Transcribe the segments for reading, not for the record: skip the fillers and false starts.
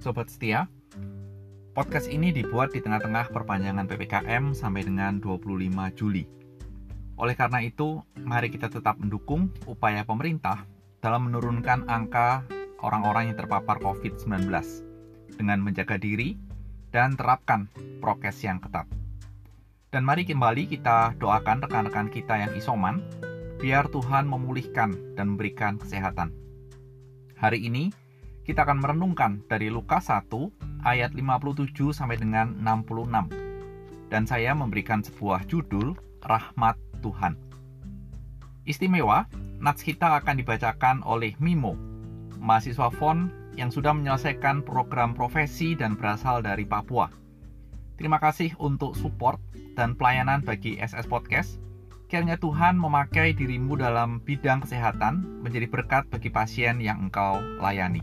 Sobat setia, podcast ini dibuat di tengah-tengah perpanjangan PPKM sampai dengan 25 Juli. Oleh karena itu, mari kita tetap mendukung upaya pemerintah dalam menurunkan angka orang-orang yang terpapar COVID-19 dengan menjaga diri dan terapkan prokes yang ketat. Dan mari kembali kita doakan rekan-rekan kita yang isoman, biar Tuhan memulihkan dan memberikan kesehatan. Hari ini, kita akan merenungkan dari Lukas 1 ayat 57 sampai dengan 66. Dan saya memberikan sebuah judul Rahmat Tuhan. Istimewa, nats kita akan dibacakan oleh Mimo, mahasiswa FON yang sudah menyelesaikan program profesi dan berasal dari Papua. Terima kasih untuk support dan pelayanan bagi SS Podcast. Kiranya Tuhan memakai dirimu dalam bidang kesehatan menjadi berkat bagi pasien yang engkau layani.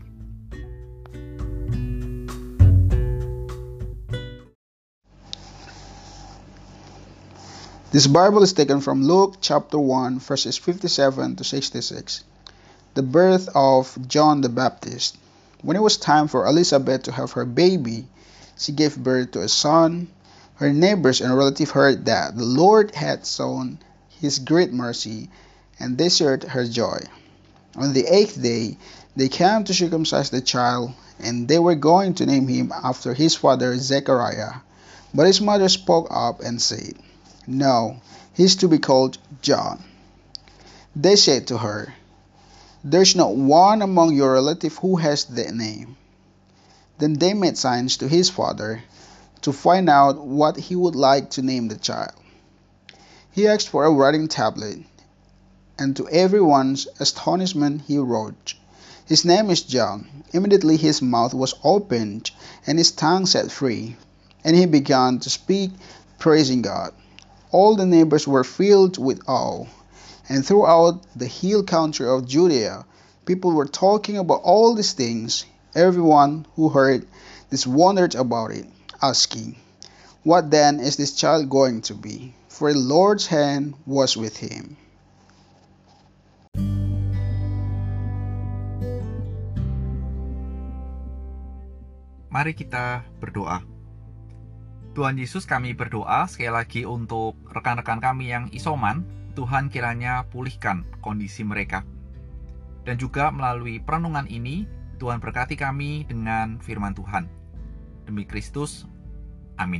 This Bible is taken from Luke chapter 1 verses 57 to 66. The birth of John the Baptist. When it was time for Elizabeth to have her baby, she gave birth to a son. Her neighbors and relatives heard that the Lord had shown his great mercy, and they shared her joy. On the 8th day, they came to circumcise the child, and they were going to name him after his father Zechariah. But his mother spoke up and said, "No, he is to be called John." They said to her, "There is not one among your relatives who has that name." Then they made signs to his father to find out what he would like to name the child. He asked for a writing tablet, and to everyone's astonishment he wrote, "His name is John." Immediately his mouth was opened, and his tongue set free, and he began to speak, praising God. All the neighbors were filled with awe, and throughout the hill country of Judea, people were talking about all these things. Everyone who heard this wondered about it, asking, "What then is this child going to be?" For the Lord's hand was with him. Mari kita berdoa. Tuhan Yesus, kami berdoa sekali lagi untuk rekan-rekan kami yang isoman. Tuhan kiranya pulihkan kondisi mereka. Dan juga melalui perenungan ini, Tuhan berkati kami dengan firman Tuhan. Demi Kristus, amin.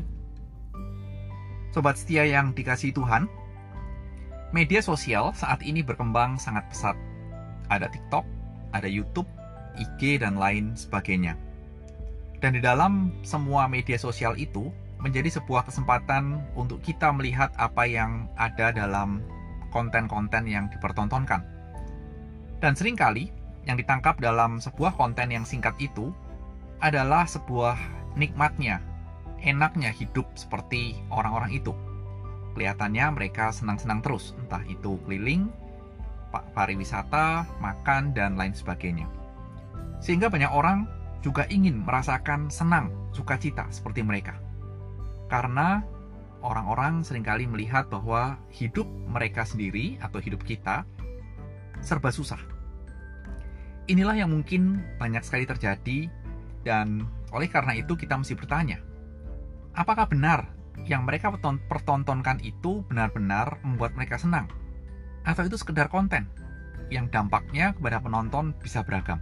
Sobat setia yang dikasihi Tuhan, media sosial saat ini berkembang sangat pesat. Ada TikTok, ada YouTube, IG, dan lain sebagainya. Dan di dalam semua media sosial itu, menjadi sebuah kesempatan untuk kita melihat apa yang ada dalam konten-konten yang dipertontonkan. Dan seringkali yang ditangkap dalam sebuah konten yang singkat itu adalah sebuah nikmatnya, enaknya hidup seperti orang-orang itu. Kelihatannya mereka senang-senang terus, entah itu keliling, pariwisata, makan, dan lain sebagainya. Sehingga banyak orang juga ingin merasakan senang, sukacita seperti mereka. Karena orang-orang seringkali melihat bahwa hidup mereka sendiri atau hidup kita serba susah. Inilah yang mungkin banyak sekali terjadi, dan oleh karena itu kita mesti bertanya, apakah benar yang mereka pertontonkan itu benar-benar membuat mereka senang? Atau itu sekedar konten yang dampaknya kepada penonton bisa beragam?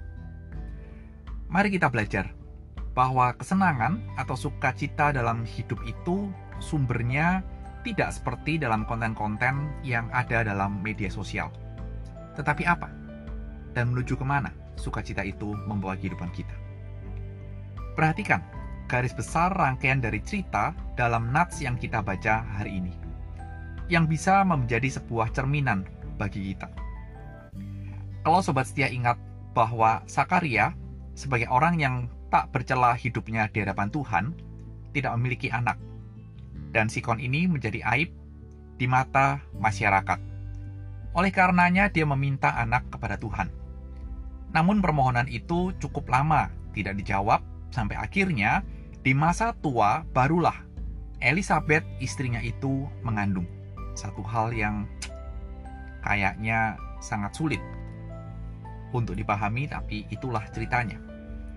Mari kita belajar bahwa kesenangan atau sukacita dalam hidup itu sumbernya tidak seperti dalam konten-konten yang ada dalam media sosial. Tetapi apa? Dan menuju kemana sukacita itu membawa kehidupan kita? Perhatikan garis besar rangkaian dari cerita dalam nats yang kita baca hari ini, yang bisa menjadi sebuah cerminan bagi kita. Kalau sobat setia ingat bahwa Zakaria sebagai orang yang tak bercela hidupnya di hadapan Tuhan, tidak memiliki anak. Dan sikon ini menjadi aib di mata masyarakat. Oleh karenanya dia meminta anak kepada Tuhan. Namun permohonan itu cukup lama tidak dijawab, sampai akhirnya di masa tua barulah Elizabeth istrinya itu mengandung. Satu hal yang kayaknya sangat sulit untuk dipahami, tapi itulah ceritanya.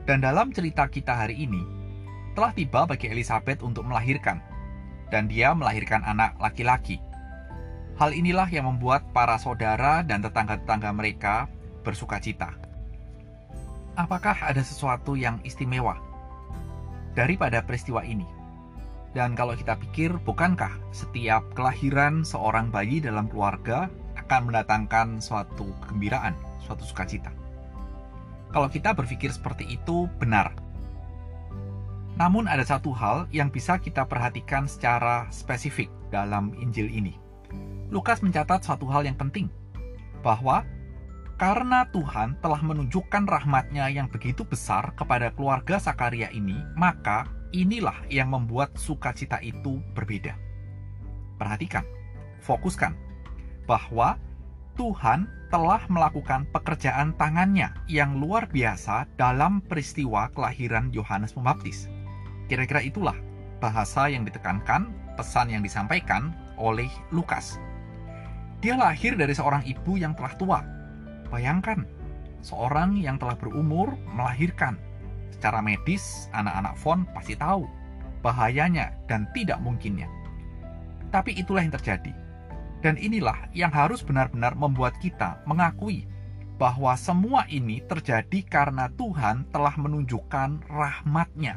Dan dalam cerita kita hari ini, telah tiba bagi Elizabeth untuk melahirkan, dan dia melahirkan anak laki-laki. Hal inilah yang membuat para saudara dan tetangga-tetangga mereka bersukacita. Apakah ada sesuatu yang istimewa daripada peristiwa ini? Dan kalau kita pikir, bukankah setiap kelahiran seorang bayi dalam keluarga akan mendatangkan suatu kegembiraan, suatu sukacita? Kalau kita berpikir seperti itu, benar. Namun ada satu hal yang bisa kita perhatikan secara spesifik dalam Injil ini. Lukas mencatat suatu hal yang penting, bahwa karena Tuhan telah menunjukkan rahmat-Nya yang begitu besar kepada keluarga Sakaria ini, maka inilah yang membuat sukacita itu berbeda. Perhatikan, fokuskan, bahwa Tuhan telah melakukan pekerjaan tangan-Nya yang luar biasa dalam peristiwa kelahiran Yohanes Pembaptis. Kira-kira itulah bahasa yang ditekankan, pesan yang disampaikan oleh Lukas. Dia lahir dari seorang ibu yang telah tua. Bayangkan, seorang yang telah berumur melahirkan. Secara medis, anak-anak Fon pasti tahu bahayanya dan tidak mungkinnya. Tapi itulah yang terjadi. Dan inilah yang harus benar-benar membuat kita mengakui bahwa semua ini terjadi karena Tuhan telah menunjukkan rahmat-Nya.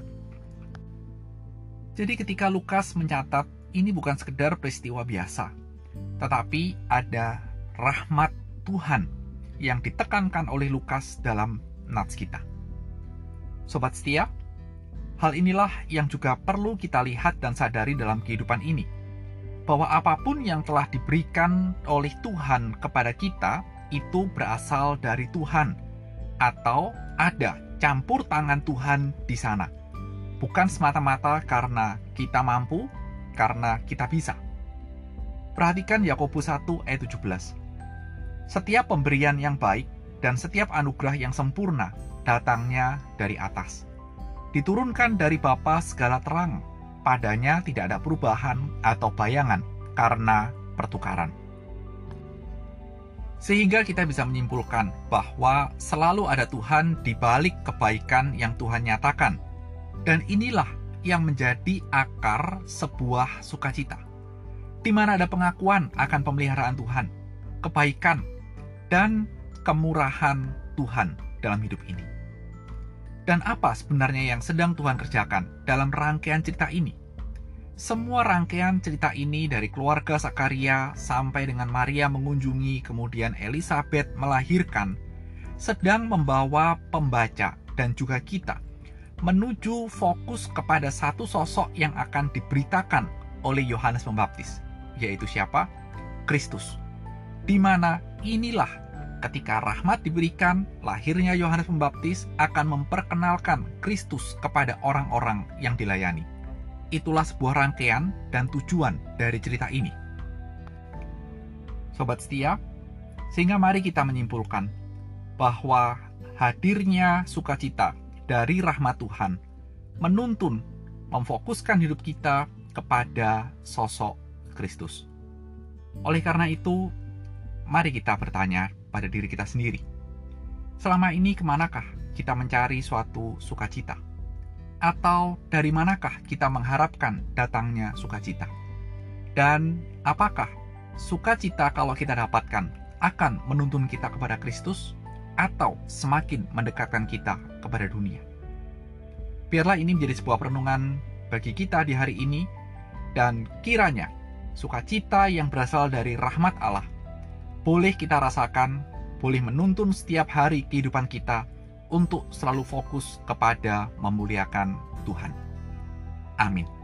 Jadi ketika Lukas mencatat, ini bukan sekedar peristiwa biasa, tetapi ada rahmat Tuhan yang ditekankan oleh Lukas dalam nats kita. Sobat setia, hal inilah yang juga perlu kita lihat dan sadari dalam kehidupan ini, bahwa apapun yang telah diberikan oleh Tuhan kepada kita, itu berasal dari Tuhan, atau ada campur tangan Tuhan di sana. Bukan semata-mata karena kita mampu, karena kita bisa. Perhatikan Yakobus 1 ayat 17. Setiap pemberian yang baik dan setiap anugerah yang sempurna datangnya dari atas, diturunkan dari Bapa segala terang, padanya tidak ada perubahan atau bayangan karena pertukaran. Sehingga kita bisa menyimpulkan bahwa selalu ada Tuhan di balik kebaikan yang Tuhan nyatakan, dan inilah yang menjadi akar sebuah sukacita, di mana ada pengakuan akan pemeliharaan Tuhan, kebaikan, dan kemurahan Tuhan dalam hidup ini. Dan apa sebenarnya yang sedang Tuhan kerjakan dalam rangkaian cerita ini? Semua rangkaian cerita ini dari keluarga Sakaria sampai dengan Maria mengunjungi, kemudian Elizabeth melahirkan, sedang membawa pembaca dan juga kita menuju fokus kepada satu sosok yang akan diberitakan oleh Yohanes Pembaptis, yaitu siapa? Kristus. Di mana inilah ketika rahmat diberikan, lahirnya Yohanes Pembaptis akan memperkenalkan Kristus kepada orang-orang yang dilayani. Itulah sebuah rangkaian dan tujuan dari cerita ini. Sobat setia, sehingga mari kita menyimpulkan bahwa hadirnya sukacita dari rahmat Tuhan menuntun, memfokuskan hidup kita kepada sosok Kristus. Oleh karena itu, mari kita bertanya pada diri kita sendiri. Selama ini kemanakah kita mencari suatu sukacita? Atau dari manakah kita mengharapkan datangnya sukacita? Dan apakah sukacita kalau kita dapatkan akan menuntun kita kepada Kristus? Atau semakin mendekatkan kita kepada dunia? Biarlah ini menjadi sebuah perenungan bagi kita di hari ini, dan kiranya sukacita yang berasal dari rahmat Allah boleh kita rasakan, boleh menuntun setiap hari kehidupan kita untuk selalu fokus kepada memuliakan Tuhan. Amin.